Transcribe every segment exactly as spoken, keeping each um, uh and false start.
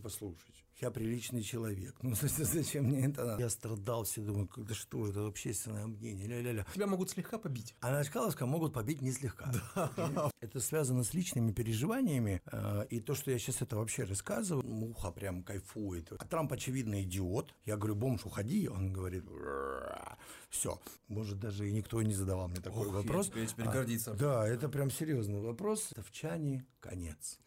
послушайте, я приличный человек, ну зачем мне это надо? Я страдал, все думают, да что это, общественное мнение, ля-ля-ля. Тебя могут слегка побить. А на Чкаловском могут побить не слегка. Да. Это связано с личными переживаниями, и то, что я сейчас это вообще рассказываю, муха прям кайфует. А Трамп, очевидно, идиот. Я говорю, бомж, уходи, он говорит, все. Может, даже и никто не задавал мне такой Ох, вопрос. Я теперь а, гордиться. Да, это прям серьезный вопрос. Товчане, конец.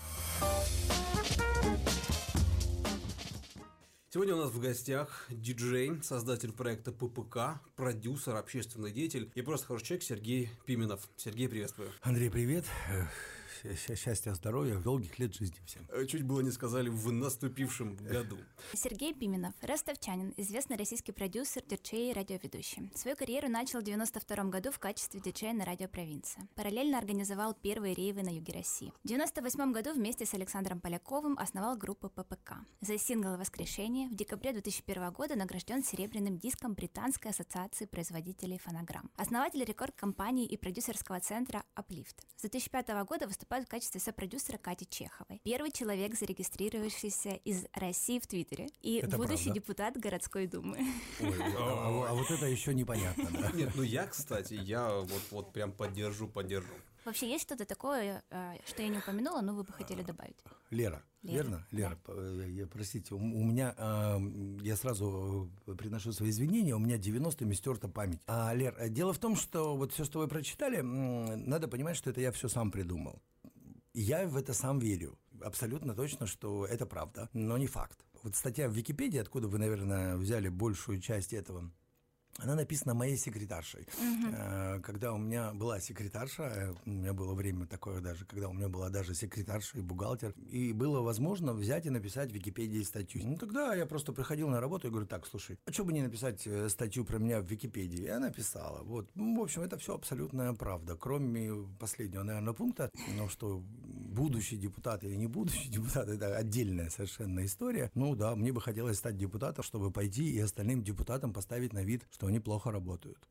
Сегодня у нас в гостях диджей, создатель проекта ППК, продюсер, общественный деятель и просто хороший человек Сергей Пименов. Сергей, приветствую. Андрей, привет. Счастья, здоровья, долгих лет жизни всем. Чуть было не сказали в наступившем году. Сергей Пименов, ростовчанин, известный российский продюсер, диджей и радиоведущий. Свою карьеру начал в девяносто втором году в качестве диджея на радио «Провинция». Параллельно организовал первые рейвы на юге России. В девяносто восьмом году вместе с Александром Поляковым основал группу ППК. За сингл «Воскрешение» в декабре две тысячи первого года награжден серебряным диском Британской ассоциации производителей фонограмм. Основатель рекорд-компании и продюсерского центра «Аплифт». С две тысячи пятого года выступает в качестве сопродюсера Кати Чеховой. Первый человек, зарегистрировавшийся из России в Твиттере и это будущий правда. Депутат городской думы. Ой, а, а вот это еще непонятно. Да? Нет, ну я, кстати, я вот, вот прям поддержу, поддержу. Вообще есть что-то такое, что я не упомянула, но вы бы хотели добавить? Лера, Лера. верно? Лера, да. я, простите, у, у меня, я сразу приношу свои извинения, у меня девяностыми стерта память. А, Лер, дело в том, что вот все, что вы прочитали, надо понимать, что это я все сам придумал. Я в это сам верю, абсолютно точно, что это правда, но не факт. Вот статья в Википедии, откуда вы, наверное, взяли большую часть этого, она написана моей секретаршей. Uh-huh. Когда у меня была секретарша, у меня было время такое даже, когда у меня была даже секретарша и бухгалтер, и было возможно взять и написать в Википедии статью. Ну, тогда я просто приходил на работу и говорю, так, слушай, а что бы не написать статью про меня в Википедии? И она написала. Вот. Ну, в общем, это все абсолютная правда, кроме последнего, наверное, пункта, но что будущий депутат или не будущий депутат, это отдельная совершенно история. Ну да, мне бы хотелось стать депутатом, чтобы пойти и остальным депутатам поставить на вид, что они плохо работают.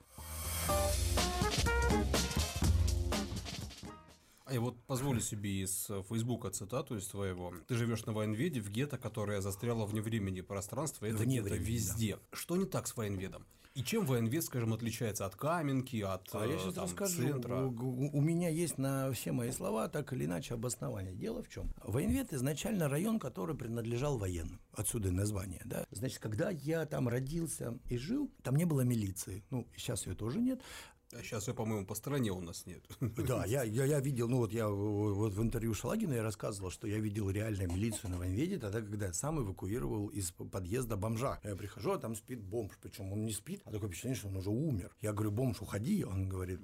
А я вот позволю себе из Фейсбука цитату из твоего. Ты живешь на Военведе в гетто, которое застряло вне времени пространства, это вне гетто времени, везде. Да. Что не так с Военведом? И чем Военвед, скажем, отличается от Каменки, от а я сейчас там, расскажу. центра? У, у меня есть на все мои слова так или иначе обоснование. Дело в чем? Военвед изначально район, который принадлежал военным. Отсюда и название. Да? Значит, когда я там родился и жил, там не было милиции. Ну, сейчас ее тоже нет. А сейчас ее, по-моему, по стране у нас нет. Да, я, я, я видел, ну вот я вот в интервью Шалагина я рассказывал, что я видел реально милицию на Военведе тогда, когда я сам эвакуировал из подъезда бомжа. Я прихожу, а там спит бомж, причем он не спит, а такое впечатление, что он уже умер. Я говорю, бомж, уходи, он говорит,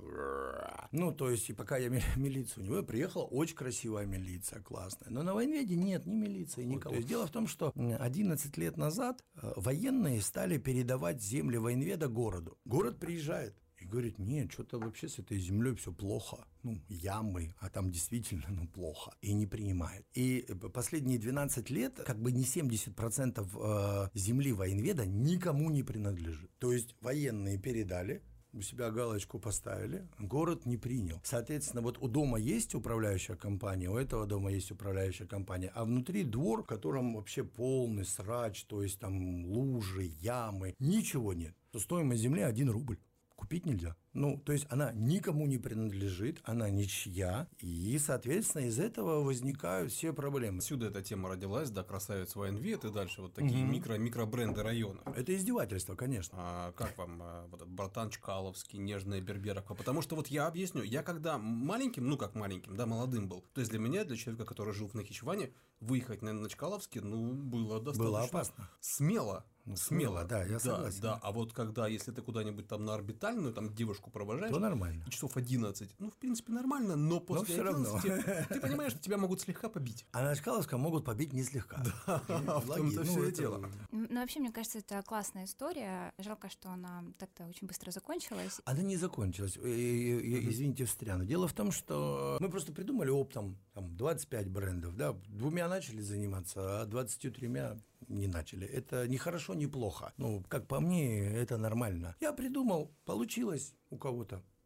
ну, то есть, и пока я милицию у него приехала, очень красивая милиция, классная, но на Военведе нет ни милиции, никого. То есть, дело в том, что одиннадцать лет назад военные стали передавать земли Военведа городу. Город приезжает и говорит, нет, что-то вообще с этой землей все плохо, ну, ямы, а там действительно, ну, плохо, и не принимает. И последние двенадцать лет, как бы не семьдесят процентов земли Военведа никому не принадлежит. То есть военные передали, у себя галочку поставили, город не принял. Соответственно, вот у дома есть управляющая компания, у этого дома есть управляющая компания, а внутри двор, в котором вообще полный срач, то есть там лужи, ямы, ничего нет. Стоимость земли один рубль. Купить нельзя. Ну, то есть она никому не принадлежит, она ничья, и, соответственно, из этого возникают все проблемы. Отсюда эта тема родилась, да, красавец Военвед и дальше вот такие угу. микро, микробренды района. Это издевательство, конечно. А как вам вот этот братан Чкаловский, нежная Берберовка? Потому что вот я объясню, я когда маленьким, ну как маленьким, да, молодым был, то есть для меня, для человека, который жил в Нахичеване, выехать на, на Чкаловский, ну, было достаточно было опасно. Смело. Ну, смело, да, я согласен. Да, да, а вот когда, если ты куда-нибудь там на орбитальную, там девушку провожаешь, то нормально. И часов одиннадцать, ну, в принципе, нормально, но после но одиннадцати ты понимаешь, что тебя могут слегка побить. А на Чкаловском могут побить не слегка. Да, в том-то все и дело. Ну, вообще, мне кажется, это классная история. Жалко, что она так-то очень быстро закончилась. Она не закончилась. Извините, встряну. Дело в том, что мы просто придумали оптом там, двадцать пять брендов, да, двумя начали заниматься, а двадцатью тремя не начали. Это ни хорошо, ни плохо. Ну, как по мне, это нормально. Я придумал, получилось у кого-то.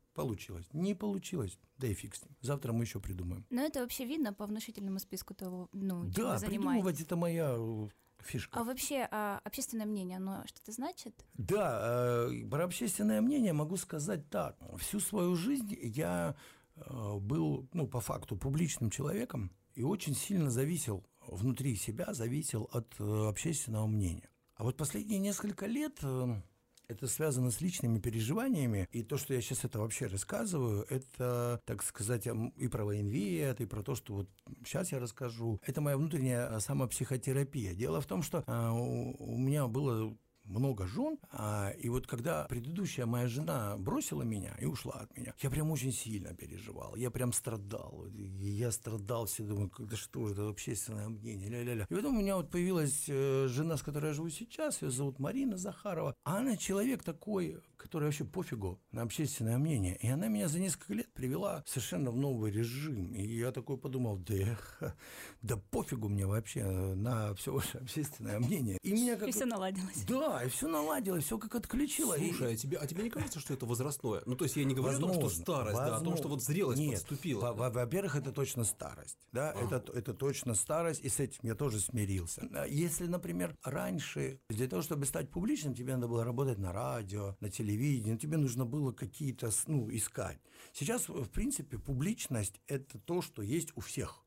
Получилось. Не получилось. Да и фиг с ним. Завтра мы еще придумаем. Но это вообще видно по внушительному списку того, ну, чем Да, вы занимаетесь. придумывать это моя фишка. А вообще а, общественное мнение, оно что-то значит? Да, э, про общественное мнение могу сказать так. Всю свою жизнь я э, был, ну, по факту, публичным человеком и очень сильно зависел, внутри себя зависел от э, общественного мнения. А вот последние несколько лет... Э, Это связано с личными переживаниями, и то, что я сейчас это вообще рассказываю, это, так сказать, и про военвет, и про то, что вот сейчас я расскажу. Это моя внутренняя самопсихотерапия. Дело в том, что а, у, у меня было много жен, а, и вот когда предыдущая моя жена бросила меня и ушла от меня, я прям очень сильно переживал, я прям страдал, и я страдал, все думаю, да что это общественное мнение, ля-ля-ля. И потом у меня вот появилась э, жена, с которой я живу сейчас, ее зовут Марина Захарова, а она человек такой, который вообще пофигу на общественное мнение, и она меня за несколько лет привела совершенно в новый режим, и я такой подумал, да, да пофигу мне вообще на все ваше общественное мнение. И, меня как... и все наладилось. Да, и все наладилось, все как отключило. Слушай, и... а, тебе, а тебе не кажется, что это возрастное? Ну, то есть я не говорю возможно, о том, что старость, возможно. да, о том, что вот зрелость Нет, подступила. Во- во-первых, это точно старость. Да? А. Это, это точно старость, и с этим я тоже смирился. Если, например, раньше для того, чтобы стать публичным, тебе надо было работать на радио, на телевидении, тебе нужно было какие-то, ну, искать. Сейчас, в принципе, публичность – это то, что есть у всех.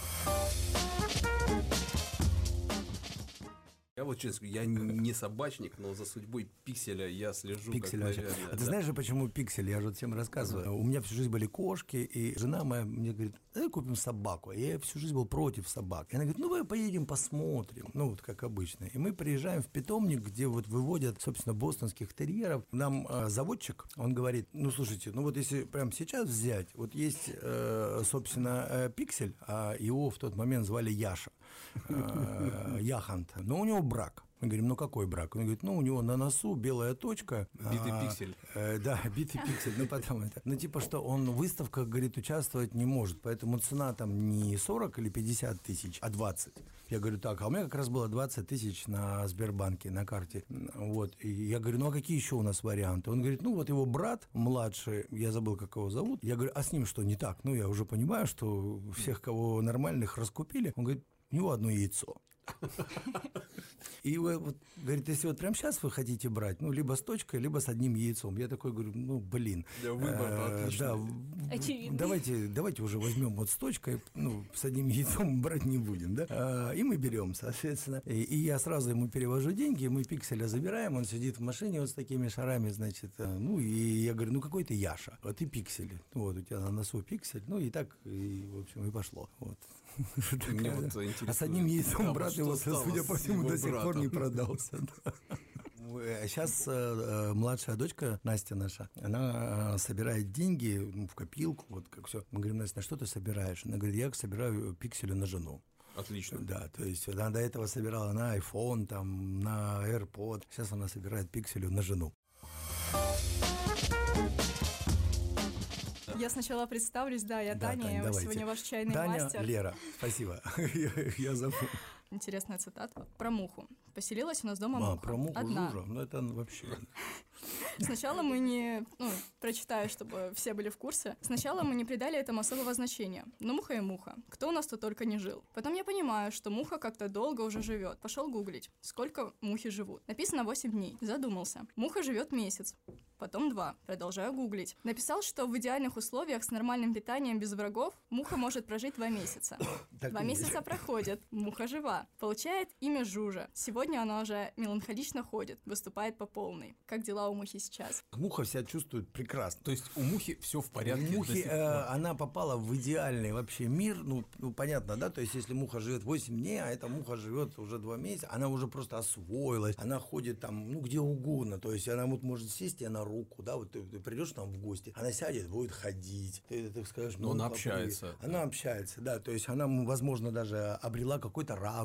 Я вот честно, я не собачник, но за судьбой Пикселя я слежу. Пиксель как, вообще. наверное, А ты да. знаешь же, почему Пиксель? Я же вот всем рассказываю. Uh-huh. У меня всю жизнь были кошки, и жена моя мне говорит, давай купим собаку. А я всю жизнь был против собак. И она говорит, ну, давай поедем посмотрим. Ну, вот как обычно. И мы приезжаем в питомник, где вот выводят, собственно, бостонских терьеров. Нам э, заводчик, он говорит, ну, слушайте, ну, вот если прямо сейчас взять, вот есть, э, собственно, э, Пиксель, а его в тот момент звали Яша. Э, Яхант. Но у него брак. Мы говорим, ну какой брак? Он говорит, ну у него на носу белая точка. Битый а, пиксель. Э, да, битый пиксель. Ну потом это. Ну типа, что он в выставках, говорит, участвовать не может. Поэтому цена там не сорок или пятьдесят тысяч, а двадцать. Я говорю, так, а у меня как раз было двадцать тысяч на Сбербанке, на карте. Вот. И я говорю, ну а какие еще у нас варианты? Он говорит, ну вот его брат младший, я забыл, как его зовут. Я говорю, а с ним что не так? Ну я уже понимаю, что всех, кого нормальных, раскупили. Он говорит, у него одно яйцо. И вы, вот, говорит, если вот прямо сейчас вы хотите брать, ну, либо с точкой, либо с одним яйцом. Я такой говорю, ну, блин. Да, выбор отличный. Да, очевидный. давайте, давайте уже возьмем вот с точкой, ну, с одним яйцом брать не будем, да. А, и мы берем, соответственно. И, и я сразу ему перевожу деньги, мы Пикселя забираем, он сидит в машине вот с такими шарами, значит, ну, и я говорю, ну, какой ты Яша, а ты Пиксель. Ну, вот у тебя на носу Пиксель, ну, и так, и, в общем, и пошло, вот. Мне вот А с одним яйцом да, брат вот его, что судя по всему, его до сих пор братом. не продался. Сейчас э, младшая дочка, Настя наша, она э, собирает деньги ну, в копилку, вот как все. Мы говорим, Настя, на что ты собираешь? Она говорит, я собираю Пикселю на жену. Отлично. Да, то есть она до этого собирала на iPhone, там, на AirPod. Сейчас она собирает Пикселю на жену. Я сначала представлюсь, да, я Да, Таня, Тань, я давайте. сегодня ваш чайный Таня, мастер. Лера, спасибо. Я, я забыл. Интересная цитата. Про муху. Поселилась у нас дома А, муха. про муху Одна. Жужа, ну это вообще... Сначала мы не... Ну, прочитаю, чтобы все были в курсе. Сначала мы не придали этому особого значения. Но муха и муха. Кто у нас тут только не жил. Потом я понимаю, что муха как-то долго уже живет. Пошел гуглить, сколько мухи живут. Написано восемь дней. Задумался. Муха живет месяц. Потом два. Продолжаю гуглить. Написал, что в идеальных условиях с нормальным питанием без врагов муха может прожить два месяца. Так Два и есть. месяца проходит. Муха жива. Получает имя Жужа. Сегодня она уже меланхолично ходит. Выступает по полной. Как дела у мухи сейчас? Муха себя чувствует прекрасно. То есть у мухи все в порядке. У до мухи, сих пор. э, она попала в идеальный вообще мир, ну, ну, понятно, да, то есть если муха живет восемь дней, а эта муха живет уже два месяца, она уже просто освоилась, она ходит там, ну, где угодно, то есть она вот может сесть тебе на руку, да, вот ты, ты придешь там в гости, она сядет, будет ходить, ты, ты скажешь, Но она «Муха, привет». общается. Она общается, да, то есть она, возможно, даже обрела какой-то разум.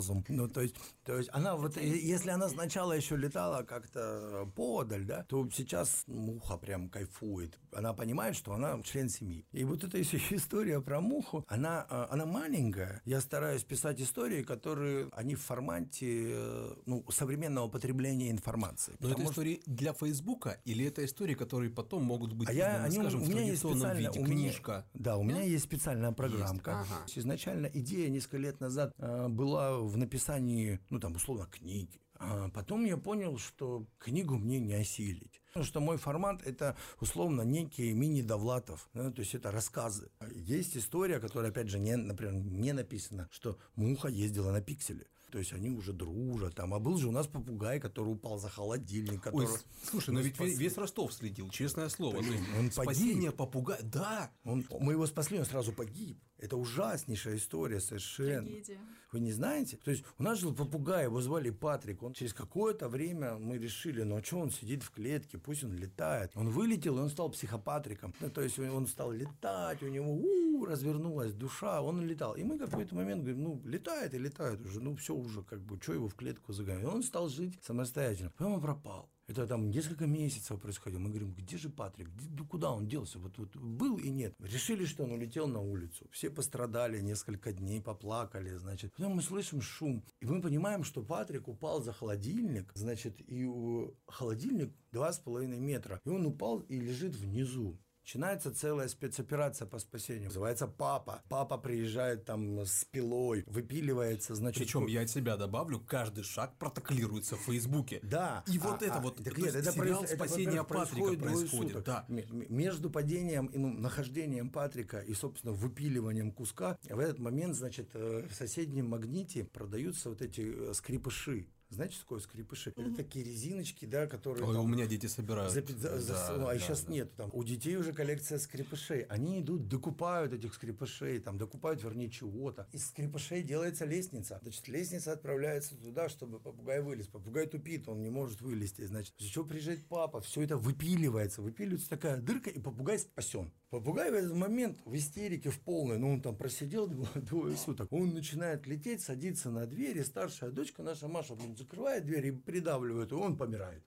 разум. Ну, то есть, то есть она вот, если она сначала еще летала как-то подаль, да, то сейчас муха прям кайфует. Она понимает, что она член семьи. И вот эта история про муху, она, она маленькая. Я стараюсь писать истории, которые, они в формате, ну, современного потребления информации. Но это истории что... для Фейсбука или это истории, которые потом могут быть, а я, они, скажем, у в меня есть традиционном виде, у меня, книжка? Да, у меня да? есть специальная программка. Ага. Изначально идея несколько лет назад э, была в написании, ну, там, условно, книги. А потом я понял, что книгу мне не осилить. Потому что мой формат – это, условно, некие мини-Довлатов. Да, то есть это рассказы. Есть история, которая, опять же, не, например, не написана, что муха ездила на пикселе. То есть они уже дружат. Там. А был же у нас попугай, который упал за холодильник. Который... Ой, слушай, но ведь спас... весь Ростов следил, честное слово. Он, он спасение попугая. Да, он, мы его спасли, он сразу погиб. Это ужаснейшая история совершенно. Трагедия. Вы не знаете? То есть у нас жил попугай, его звали Патрик. Он через какое-то время мы решили, ну а что он сидит в клетке, пусть он летает. Он вылетел, и он стал психопатриком. Ну, то есть он стал летать, у него у-у, развернулась душа, он летал. И мы в какой-то момент говорим, ну летает и летает уже, ну все уже, как бы, что его в клетку загоняют. Он стал жить самостоятельно. Потом он пропал. Это там несколько месяцев происходило. Мы говорим, где же Патрик? Где, куда он делся? Вот, вот был и нет. Решили, что он улетел на улицу. Все пострадали несколько дней, поплакали, значит. Потом мы слышим шум. И мы понимаем, что Патрик упал за холодильник, значит, и у холодильник два с половиной метра. И он упал и лежит внизу. Начинается целая спецоперация по спасению. Называется «Папа». Папа приезжает там с пилой, выпиливается, значит... Причем я от себя добавлю, каждый шаг протоколируется в Фейсбуке. Да. И вот а, это а, вот, так нет, это сериал проис... «Спасение это, Патрика» происходит. Да. Между падением и ну, нахождением Патрика и, собственно, выпиливанием куска, в этот момент, значит, в соседнем магните продаются вот эти скрипыши. Знаете, что такое скрипыши? Mm-hmm. Это такие резиночки, да, которые... Ой, там, у меня дети собирают. За, за, за, да, ну, а да, сейчас да. нет. Там, у детей уже коллекция скрипышей. Они идут, докупают этих скрипышей, там, докупают, вернее, чего-то. Из скрипышей делается лестница. Значит, лестница отправляется туда, чтобы попугай вылез. Попугай тупит, он не может вылезти. Значит, что приезжает папа? Все это выпиливается. Выпиливается такая дырка, и попугай спасен. Попугай в этот момент в истерике в полной, ну, он там просидел двое суток. Он начинает лететь, садится на дверь, и старшая дочка наша Маша, блин, закрывает дверь и придавливает, и он помирает.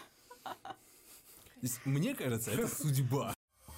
Мне кажется, это судьба.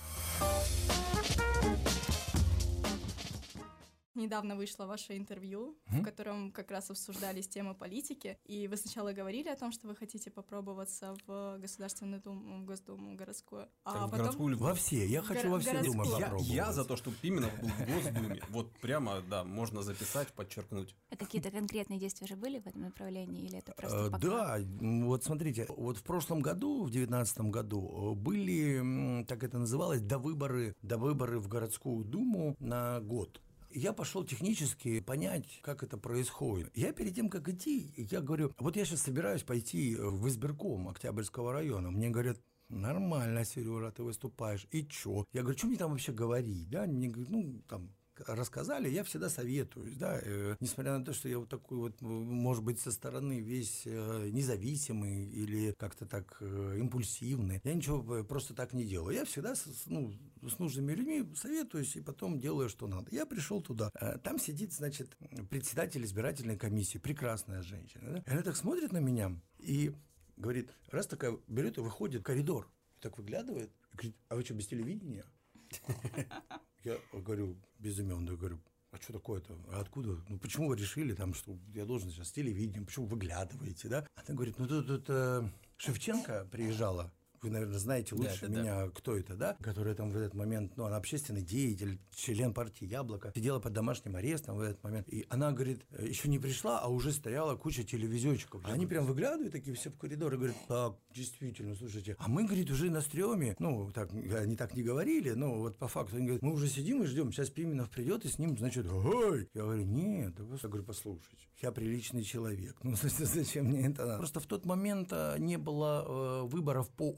Недавно вышло ваше интервью, mm-hmm. в котором как раз обсуждались темы политики, и вы сначала говорили о том, что вы хотите попробоваться в Государственную Думу, в Госдуму городскую, а так, потом... городскую... Во все, я хочу Гор- во все думы попробовать. Я, я за то, чтобы именно в Госдуме. Вот прямо, да, можно записать, подчеркнуть. А какие-то конкретные действия уже были в этом направлении, или это просто пока? Да, вот смотрите, вот в прошлом году, в девятнадцатом году, были, так это называлось, довыборы, довыборы в городскую думу на год. Я пошел технически понять, как это происходит. Я перед тем, как идти, я говорю, вот я сейчас собираюсь пойти в избирком Октябрьского района. Мне говорят, нормально, Сережа, ты выступаешь. И чё? Я говорю, что мне там вообще говорить? Да? Мне говорят, ну, там... рассказали, я всегда советуюсь, да, э, несмотря на то, что я вот такой вот, может быть, со стороны весь э, независимый или как-то так э, импульсивный, я ничего просто так не делаю. Я всегда с, ну, с нужными людьми советуюсь и потом делаю, что надо. Я пришел туда, э, там сидит, значит, председатель избирательной комиссии, прекрасная женщина, да? Она так смотрит на меня и говорит, раз такая берет и выходит в коридор, и так выглядывает, и говорит, а вы что, без телевидения? Я говорю, без имен, я говорю, а что такое-то? А откуда? Ну, почему вы решили, там, что я должен сейчас с телевидением, почему выглядываете, да? Она говорит, ну, тут, тут э, Шевченко приезжала. Вы, наверное, знаете лучше да, да, меня, да. кто это, да? Которая там в этот момент, ну, она общественный деятель, член партии «Яблоко», сидела под домашним арестом в этот момент. И она, говорит, еще не пришла, а уже стояла куча телевизионщиков. Они прям выглядывают, такие все в коридор, и говорят, так, действительно, слушайте. А мы, говорит, уже на стреме, ну, так, они так не говорили, но вот по факту, они говорят, мы уже сидим и ждем, сейчас Пименов придет и с ним, значит, ой. Я говорю, нет, да просто, я говорю, послушайте, я приличный человек, ну, зачем мне это надо? Просто в тот момент не было э, выборов по округу.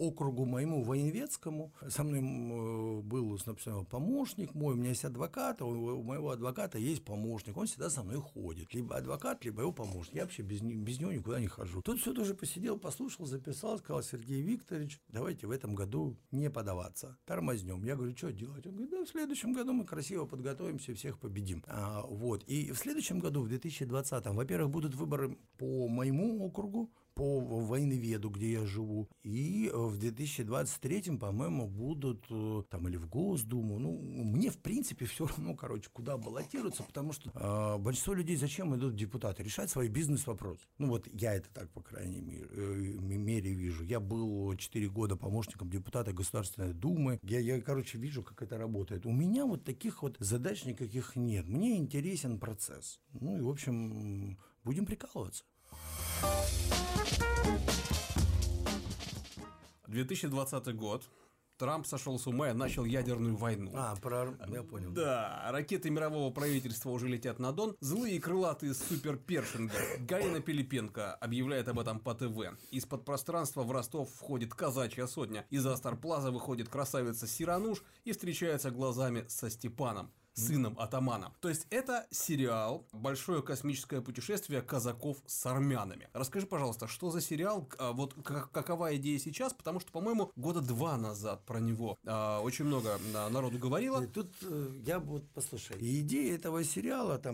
округу моему военветскому. Со мной был, собственно, помощник мой, у меня есть адвокат, у моего адвоката есть помощник, он всегда со мной ходит. Либо адвокат, либо его помощник. Я вообще без, без него никуда не хожу. Тут все тоже посидел, послушал, записал, сказал: Сергей Викторович, давайте в этом году не подаваться, тормознем. Я говорю: что делать? Он говорит: да, в следующем году мы красиво подготовимся, всех победим. А, вот. И в следующем году, в две тысячи двадцатом, во-первых, будут выборы по моему округу, по военведу, где я живу. И в две тысячи двадцать третьем, по-моему, будут там или в Госдуму. Ну, мне, в принципе, все равно, короче, куда баллотироваться, потому что э, большинство людей зачем идут в депутаты? Решать свои бизнес-вопросы. Ну, вот я это так, по крайней мере, э, мере вижу. Я был четыре года помощником депутата Государственной Думы. Я, я, короче, вижу, как это работает. У меня вот таких вот задач никаких нет. Мне интересен процесс. Ну, и, в общем, будем прикалываться. две тысячи двадцатый год. Трамп сошел с ума и начал ядерную войну. А, про... я понял. Да, ракеты мирового правительства уже летят на Дон. Злые крылатые суперпершинги. Галина Пилипенко объявляет об этом по ТВ. Из-под пространства в Ростов входит казачья сотня. Из-за Астарплаза выходит красавица Сирануш и встречается глазами со Степаном, сыном атамана. То есть это сериал «Большое космическое путешествие казаков с армянами». Расскажи, пожалуйста, что за сериал, вот какова идея сейчас, потому что, по-моему, года два назад про него а, очень много народу говорило. И тут я вот, послушай, идея этого сериала, там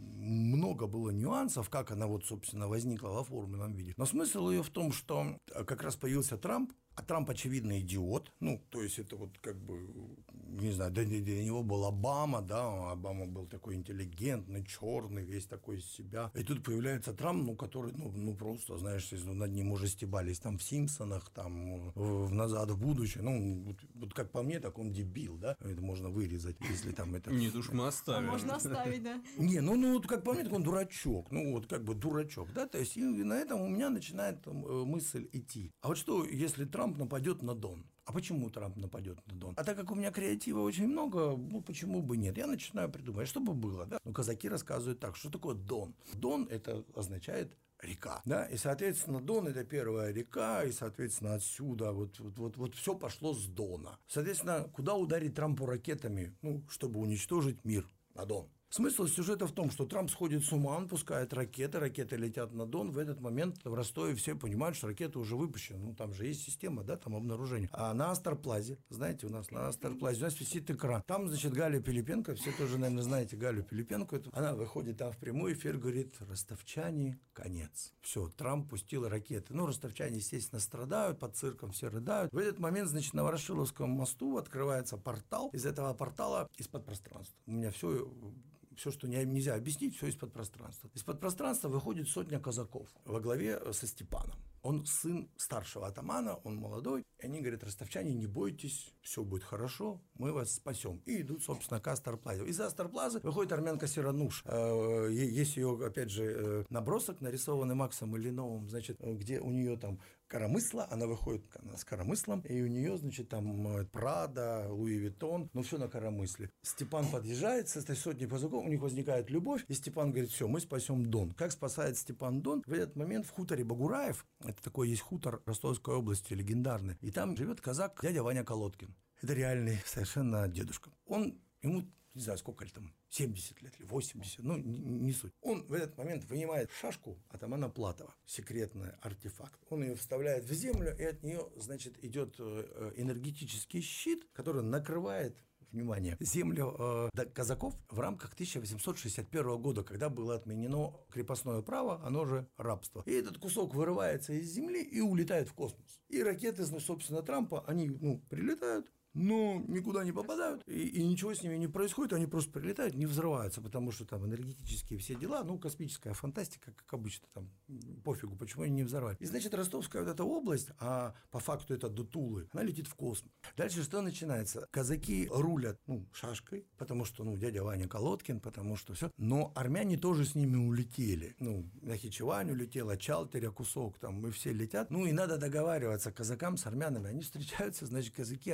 много было нюансов, как она вот, собственно, возникла в оформленном виде. Но смысл ее в том, что как раз появился Трамп, а Трамп, очевидно, идиот. Ну, то есть, это вот как бы, не знаю, для, для него был Обама, да, Обама был такой интеллигентный, черный, весь такой из себя. И тут появляется Трамп, ну, который, ну, ну просто, знаешь, над ним уже стебались там в «Симпсонах», там, в «Назад в будущее». Ну, вот, вот как по мне, так он дебил, да. Это можно вырезать, если там это... Нет уж, мы оставим. А можно оставить, да. Не, ну, ну, вот как по мне, так он дурачок. Ну, вот как бы дурачок, да. То есть, и на этом у меня начинает мысль идти. А вот что, если Трамп нападет на Дон? А почему Трамп нападет на Дон? А так как у меня креатива очень много, ну почему бы нет? Я начинаю придумывать, что бы было, да? Ну, казаки рассказывают так, что такое Дон? Дон — это означает река, да, и, соответственно, Дон — это первая река, и, соответственно, отсюда вот, вот, вот, вот все пошло с Дона. Соответственно, куда ударить Трампу ракетами, ну, чтобы уничтожить мир? На Дон. Смысл сюжета в том, что Трамп сходит с ума, он пускает ракеты, ракеты летят на Дон. В этот момент в Ростове все понимают, что ракеты уже выпущены. Ну, там же есть система, да, там обнаружения. А на Астарплазе, знаете, у нас на Астарплазе у нас висит экран. Там, значит, Галя Пилипенко, все тоже, наверное, знаете Галю Пилипенко. Она выходит там в прямой эфир, говорит: ростовчане, конец. Все, Трамп пустил ракеты. Ну, ростовчане, естественно, страдают, под цирком все рыдают. В этот момент, значит, на Ворошиловском мосту открывается портал. Из этого портала, из-под пространства, у меня все... Все, что нельзя объяснить, все из-под пространства. Из-под пространства выходит сотня казаков во главе со Степаном. Он сын старшего атамана, он молодой. И они говорят: ростовчане, не бойтесь, все будет хорошо, мы вас спасем. И идут, собственно, к Астарплазе. Из Астарплаза выходит армянка Сирануш. Есть ее, опять же, набросок, нарисованный Максом Ильиновым, значит, где у нее там коромысла, она выходит она с коромыслом, и у нее, значит, там Прада, Луи Виттон, ну, все на коромысле. Степан подъезжает с этой сотней казаков, у них возникает любовь, и Степан говорит: все, мы спасем Дон. Как спасает Степан Дон? В этот момент в хуторе Багураев, это такой есть хутор Ростовской области, легендарный, и там живет казак дядя Ваня Колодкин. Это реальный совершенно дедушка. Он, ему, не знаю, сколько ли там, семьдесят лет или восемьдесят, ну, не, не суть. Он в этот момент вынимает шашку атамана Платова, секретный артефакт. Он ее вставляет в землю, и от нее, значит, идет энергетический щит, который накрывает, внимание, землю э, казаков в рамках тысяча восемьсот шестьдесят первого года, когда было отменено крепостное право, оно же рабство. И этот кусок вырывается из земли и улетает в космос. И ракеты, собственно, Трампа, они, ну, прилетают, но никуда не попадают, и, и ничего с ними не происходит, они просто прилетают, не взрываются, потому что там энергетические все дела, ну, космическая фантастика, как обычно, там, пофигу, почему они не взорвали. И, значит, Ростовская вот эта область, а по факту это до Тулы, она летит в космос. Дальше что начинается? Казаки рулят, ну, шашкой, потому что, ну, дядя Ваня Колодкин, потому что все, но армяне тоже с ними улетели, ну, Нахичевань улетела, Чалтеря кусок, там, мы все летят, ну, и надо договариваться казакам с армянами, они встречаются, значит, казаки армянам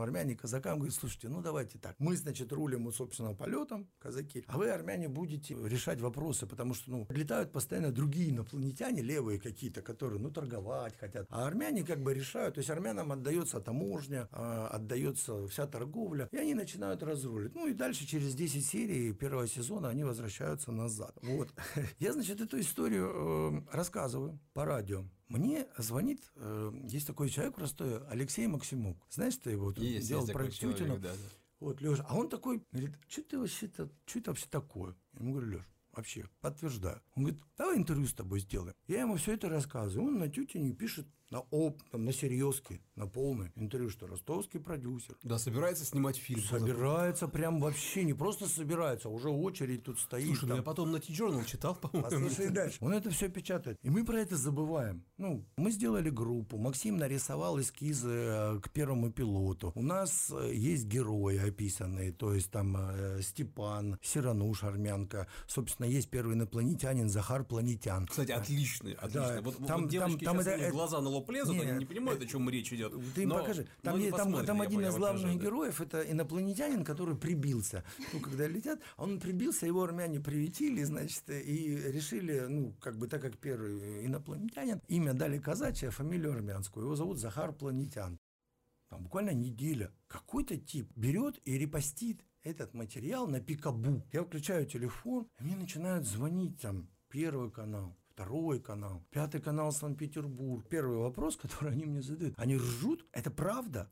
армяне казакам, говорит, слушайте, ну давайте так, мы, значит, рулим, вот, собственно, полетом, казаки, а вы, армяне, будете решать вопросы, потому что, ну, летают постоянно другие инопланетяне, левые какие-то, которые, ну, торговать хотят, а армяне как бы решают, то есть армянам отдается таможня, отдается вся торговля, и они начинают разрулить. Ну, и дальше через десять серий первого сезона они возвращаются назад. Вот. Я, значит, эту историю э, рассказываю по радио. Мне звонит, э, есть такой человек в Ростове, Алексей Максимук. Знаешь, ты его есть, делал есть проект Тютина? Да, да. Вот, Леша, а он такой, говорит, что ты вообще-то, что это вообще такое? Я ему говорю, Леш, вообще, подтверждаю. Он говорит, давай интервью с тобой сделаем. Я ему все это рассказываю. Он на Тютине пишет на оп, там, на серьезке, на полное интервью, что ростовский продюсер. Да, собирается снимать фильм. Собирается прям вообще, не просто собирается, а уже очередь тут стоит. Слушай, там. ну я потом на T-Journal читал, по-моему. Послушай дальше. Он это все печатает. И мы про это забываем. Ну, мы сделали группу. Максим нарисовал эскизы к первому пилоту. У нас есть герои описанные. То есть там э, Степан, Сирануш, армянка. Собственно, есть первый инопланетянин Захар Планетян. Кстати, отличный, отличный. Да, вот, там, вот девочки там, сейчас там это, глаза на лоб лезут, нет, они не понимают, о чем речь идет. Ты им но, покажи. Там, но есть, там, там один я, из я главных покажу, героев, да. Это инопланетянин, который прибился. Ну, когда летят, он прибился, его армяне приютили, значит, и решили, ну, как бы так как первый инопланетянин, имя дали казачье, а фамилию армянскую. Его зовут Захар Планетян. Там буквально неделя. Какой-то тип берет и репостит этот материал на Пикабу. Я включаю телефон, и мне начинают звонить там Первый канал, Второй канал, Пятый канал Санкт-Петербург. Первый вопрос, который они мне задают, они ржут, это правда?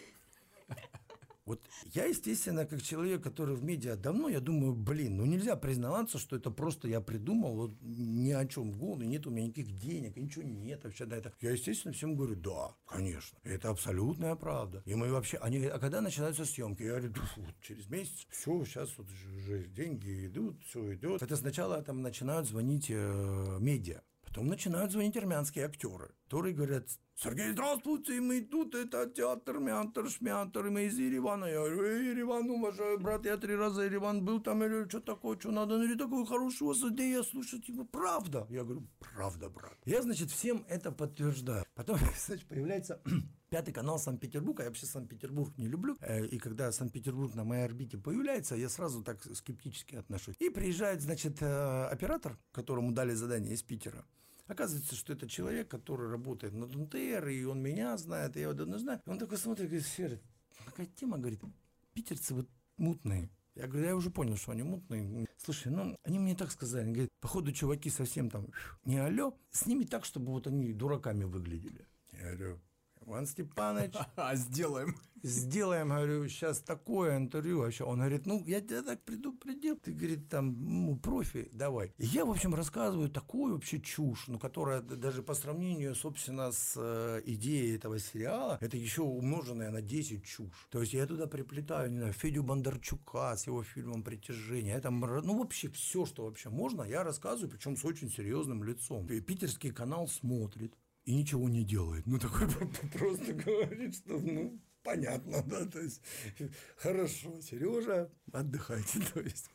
Вот я, естественно, как человек, который в медиа давно, я думаю, блин, ну нельзя признаваться, что это просто я придумал, вот ни о чем в голову, нет у меня никаких денег, ничего нет вообще на это. Я, естественно, всем говорю, да, конечно, это абсолютная правда. И мы вообще, они, а когда начинаются съемки, я говорю, вот, через месяц, все, сейчас вот уже деньги идут, все идет. Это сначала там начинают звонить э, медиа. Потом начинают звонить армянские актеры, которые говорят, Сергей, здравствуйте, мы тут, это театр, мянтер, шмянтер, мы из Еревана. Я говорю, эй, Ереван, уважаю, брат, я три раза Ереван был там, или что такое, что надо, ну, такой хороший у вас идея, слушайте, ну, правда. Я говорю, правда, брат. Я, значит, всем это подтверждаю. Потом, значит, появляется Пятый канал Санкт-Петербург, а я вообще Санкт-Петербург не люблю, и когда Санкт-Петербург на моей орбите появляется, я сразу так скептически отношусь. И приезжает, значит, оператор, которому дали задание из Питера. Оказывается, что это человек, который работает на ДНТР, и он меня знает, и я его давно знаю. И он такой смотрит, говорит, Серый, какая тема, говорит, питерцы вот мутные. Я говорю, я уже понял, что они мутные. Слушай, ну, они мне так сказали, они говорят, походу, чуваки совсем там не алло, сними так, чтобы вот они дураками выглядели. Я говорю, Иван Степанович, а сделаем. Сделаем, говорю, сейчас такое интервью вообще. Он говорит, ну, я тебя так предупредил. Ты, говорит, там, ну, профи, давай. И я, в общем, рассказываю такую вообще чушь, ну, которая даже по сравнению, собственно, с э, идеей этого сериала, это еще умноженная на десять чушь. То есть я туда приплетаю, не знаю, Федю Бондарчука с его фильмом «Притяжение». Это, ну, вообще все, что вообще можно, я рассказываю, причем с очень серьезным лицом. И питерский канал смотрит и ничего не делает. Ну, такой просто говорит, что, ну, понятно, да, то есть, хорошо, Сережа, отдыхайте, то есть.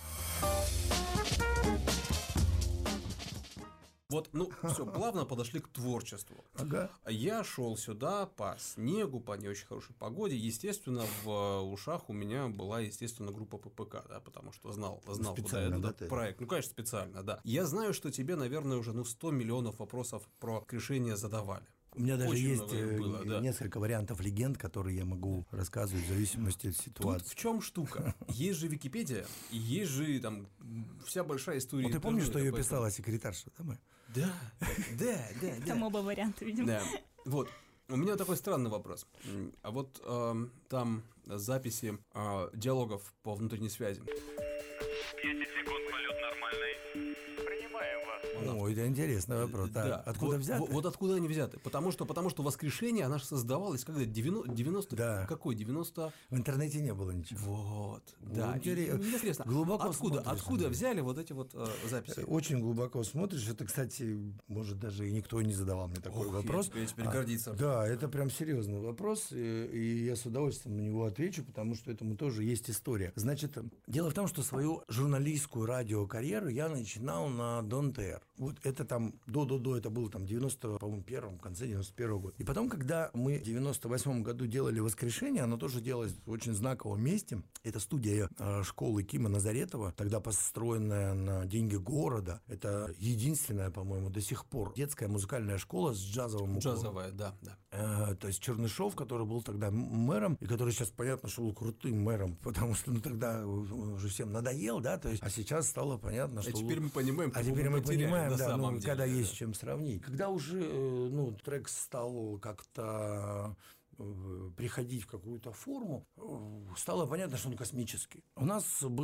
Вот, ну, все, плавно подошли к творчеству. Ага. Я шел сюда по снегу, по не очень хорошей погоде. Естественно, в ушах у меня была, естественно, группа ППК, да, потому что знал, знал куда я туда да, проект. Ну, конечно, специально, да. Я знаю, что тебе, наверное, уже ну, сто миллионов вопросов про решение задавали. У меня даже Очень есть было, да. несколько вариантов легенд, которые я могу рассказывать в зависимости от ситуации. Тут в чем штука? Есть же Википедия, и есть же там вся большая история. Вот ты помнишь, что ее писала секретарша? Да, мы? Да, да, да, да. Там оба варианта, видимо. Да. Вот. У меня такой странный вопрос. А вот э, там записи э, диалогов по внутренней связи. десять секунд, полет нормальный. Принимаем вас. О, это интересный вопрос. Да. Да. Откуда вот, взяты? Вот, вот откуда они взяты? Потому что, потому что воскрешение, оно же создавалось когда? девяносто, девяносто да. Какой? девяносто В интернете не было ничего. Вот. Да. Интересно. И, интересно. Глубоко откуда, смотришь, откуда да. взяли вот эти вот э, записи? Очень глубоко смотришь. Это, кстати, может, даже и никто не задавал мне такой Ох, вопрос. Я теперь, теперь гордиться. А, да, это прям серьезный вопрос, и, и я с удовольствием на него отвечу, потому что этому тоже есть история. Значит, дело в том, что свою журналистскую радиокарьеру я начинал на ДНТР. Вот это там до-до-до, это было там девяносто первом, в конце девяносто первого года. И потом, когда мы в девяносто восьмом году делали «Воскрешение», оно тоже делалось в очень знаковом месте. Это студия э, школы Кима Назаретова, тогда построенная на деньги города. Это единственная, по-моему, до сих пор детская музыкальная школа с джазовым уклоном. Джазовая, да, да. Э, то есть Чернышов, который был тогда мэром, и который сейчас, понятно, что был крутым мэром, потому что ну, тогда уже всем надоел, да, то есть, а сейчас стало понятно, что... А теперь мы понимаем, а теперь мы понимаем, на да, самом ну, деле, когда да. есть чем сравнить. Когда уже, ну, трек стал как-то приходить в какую-то форму, стало понятно, что он космический. У нас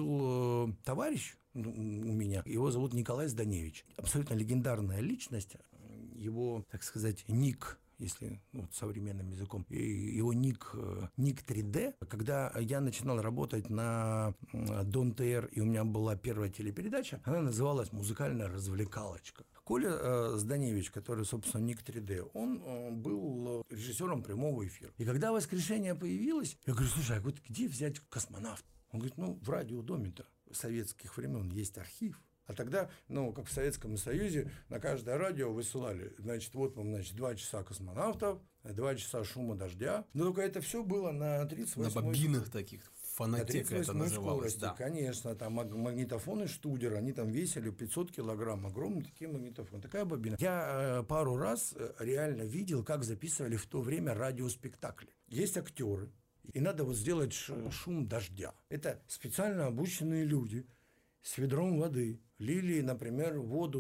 был товарищ у меня, его зовут Николай Зданевич. Абсолютно легендарная личность. Его, так сказать, ник, если ну, современным языком, его ник, ник три дэ. Когда я начинал работать на Дон тэ эр, и у меня была первая телепередача, она называлась «Музыкальная развлекалочка». Коля э, Зданевич, который, собственно, ник три дэ, он э, был режиссером прямого эфира. И когда «Воскрешение» появилось, я говорю, слушай, а вот где взять космонавта? Он говорит, ну, в радиодоме-то советских времен есть архив. А тогда, ну, как в Советском Союзе, на каждое радио высылали, значит, вот вам, значит, два часа космонавтов, два часа шума дождя. Но только это все было на тридцать восьмой... На бобинах таких, фонотека это называлось, да. Конечно, там магнитофоны Штудер, они там весили пятьсот килограмм, огромные такие магнитофоны, такая бобина. Я э, пару раз реально видел, как записывали в то время радиоспектакли. Есть актеры, и надо вот сделать шум дождя. Это специально обученные люди с ведром воды лили, например, воду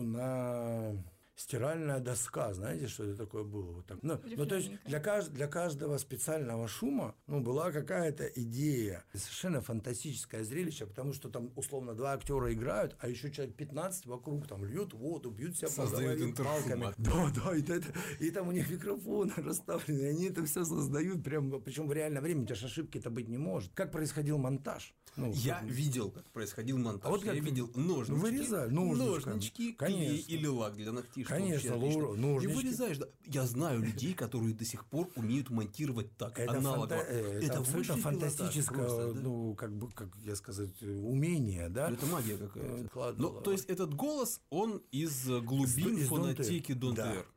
на стиральная доска. Знаете, что это такое было? Вот так. Ну, ну, то есть для, кажд, для каждого специального шума ну, была какая-то идея. Совершенно фантастическое зрелище, потому что там, условно, два актера играют, а еще человек пятнадцать вокруг там льют воду, бьют себя по голове палками. Да, да, и, это, и там у них микрофоны расставлены, и они это все создают, прям, причем в реальное время, у тебя же ошибки-то быть не может. Как происходил монтаж? Ну, я как... видел, как происходил монтаж. А вот я как... видел ножнички, вырезали, ножнички клей или лак для ногтей. Конечно, лур, ножнички. И вырезаешь. Да. Я знаю людей, которые до сих пор умеют монтировать так, это аналогово. Фанта... Это, это абсолютно фантастическое, просто, да? Ну, как бы, как я сказать, умение, да? Это магия какая-то. Ладно, ну, ладно. То есть этот голос, он из глубин из фонотеки Дон тэ эр.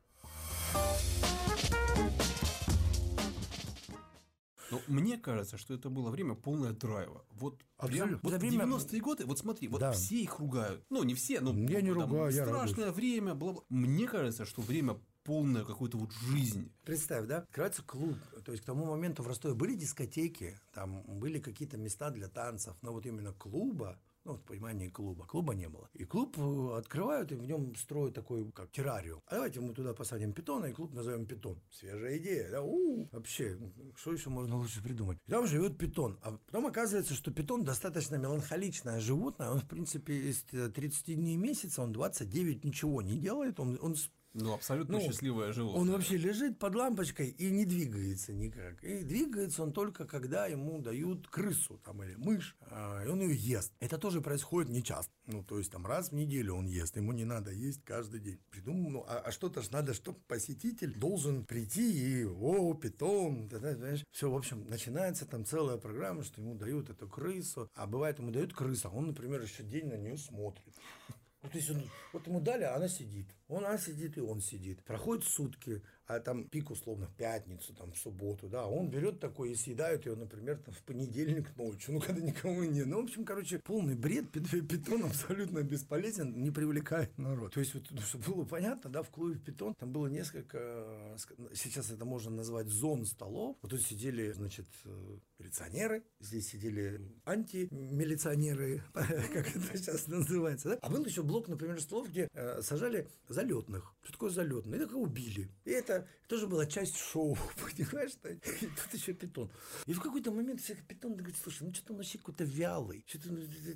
Но мне кажется, что это было время полное драйва. Вот прям вот время... девяностые годы, вот смотри, вот да. все их ругают. Ну, не все, но я не там, ругаю, я страшное радуюсь. время, бла-бла. Мне кажется, что время полное какой-то вот жизни. Представь, да, открывается клуб. То есть к тому моменту в Ростове были дискотеки, там были какие-то места для танцев, но вот именно клуба, ну, в понимании клуба. Клуба не было. И клуб открывают, и в нем строят такой, как террариум. А давайте мы туда посадим питона, и клуб назовем питон. Свежая идея, да? У-у-у. Вообще, что еще можно лучше придумать? И там живет питон. А потом оказывается, что питон достаточно меланхоличное животное. Он, в принципе, из тридцати дней месяца, он двадцать девять ничего не делает. Он, он Ну, абсолютно ну, счастливое животное. Он вообще лежит под лампочкой и не двигается никак. И двигается он только, когда ему дают крысу там, или мышь, а, и он ее ест. Это тоже происходит нечасто. Ну, то есть, там, раз в неделю он ест, ему не надо есть каждый день. Придумал, ну, а, а что-то ж надо, чтобы посетитель должен прийти и, о, питон, да, да, знаешь. Все, в общем, начинается там целая программа, что ему дают эту крысу, а бывает, ему дают крысу, а он, например, еще день на нее смотрит. Вот, то есть он, вот ему дали, а она сидит. Он, она сидит, и он сидит. Проходят сутки, а там пик, условно, в пятницу, там, в субботу, да. Он берет такой и съедает ее, например, там, в понедельник ночью, ну, когда никого нет. Ну, в общем, короче, полный бред. Питон абсолютно бесполезен, не привлекает народ. То есть, вот, чтобы было понятно, да, в клубе Питон там было несколько, сейчас это можно назвать зон столов. Вот тут сидели, значит, милиционеры, здесь сидели антимилиционеры, как это сейчас называется, да. А был еще блок, например, столов, где э, сажали залетных. Что такое залетный? Это убили. И это тоже была часть шоу, понимаешь? И тут еще питон. И в какой-то момент всех питон говорит, слушай, ну что-то он вообще какой-то вялый, что-то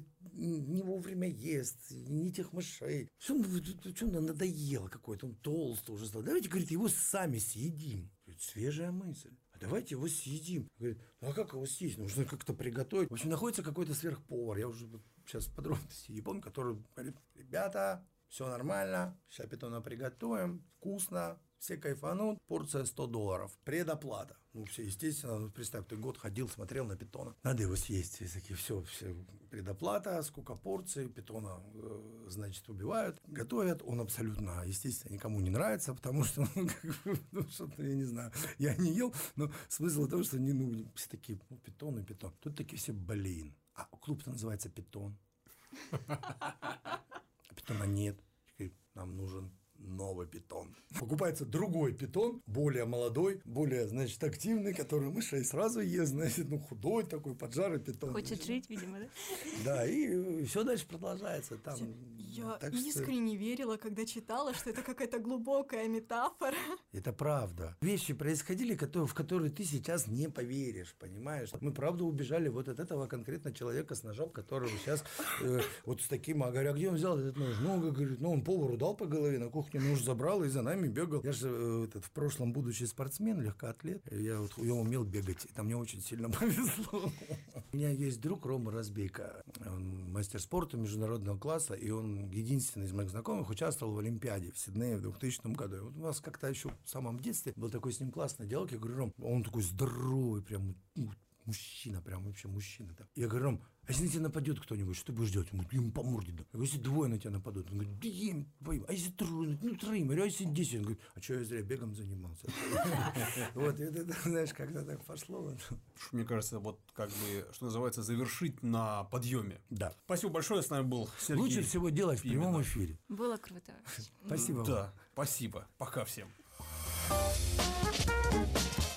не вовремя ест, не тех мышей. Что он, что он надоел какой-то, он толстый уже стал. Давайте, говорит, его сами съедим. Говорит, свежая мысль. Давайте его съедим. Говорит, ну а как его съесть? Нужно как-то приготовить. В общем, находится какой-то сверхповар. Я уже сейчас в подробности не помню, который говорит, ребята, все нормально, сейчас питона приготовим, вкусно, все кайфанут, порция сто долларов, предоплата. Ну, все, естественно, ну, представь, ты год ходил, смотрел на питона. Надо его съесть, все такие, все, все, предоплата, сколько порций, питона, э, значит, убивают, готовят. Он абсолютно, естественно, никому не нравится, потому что, ну, ну что-то, я не знаю, я не ел, но смысл в том, что они, ну, все такие, ну, питон и питон. Тут такие все, блин, а клуб-то называется питон. А питона нет, нам нужен новый питон. Покупается другой питон, более молодой, более, значит, активный, который мышей сразу ест, значит, ну, худой такой, поджарый питон. Хочет жить, видимо, да? Да, и все дальше продолжается. Там, Я так искренне что... верила, когда читала, что это какая-то глубокая метафора. Это правда. Вещи происходили, которые, в которые ты сейчас не поверишь, понимаешь? Мы, правда, убежали вот от этого конкретно человека с ножом, которого сейчас э, вот с таким, а говорю, а где он взял этот нож? Ну, говорит, ну, он повару дал по голове, на кухне нож забрал и за нами бегал. Я же э, этот, в прошлом будучи спортсмен, легкоатлет, я вот я умел бегать, и там мне очень сильно повезло. У меня есть друг Рома Разбейко, он мастер спорта международного класса, и он единственный из моих знакомых участвовал в Олимпиаде в Сиднее в двухтысячном году. И вот у нас как-то еще в самом детстве был такой с ним классный диалог. Я говорю, Ром, он такой здоровый, прям мужчина, прям вообще мужчина. Так. Я говорю, Ром, а если на тебя нападет кто-нибудь, что ты будешь делать? Он говорит, ему по морде. Да. Я говорю, если двое на тебя нападут? Он говорит, да я им двоим. А если трое? Ну, троим. Я говорю, а если десять? Он говорит, а что я зря бегом занимался? Вот, это, знаешь, когда так пошло. Мне кажется, вот как бы, что называется, завершить на подъеме. Да. Спасибо большое, с нами был Сергей. Лучше всего делать в прямом эфире. Было круто. Спасибо вам. Да, спасибо. Пока всем.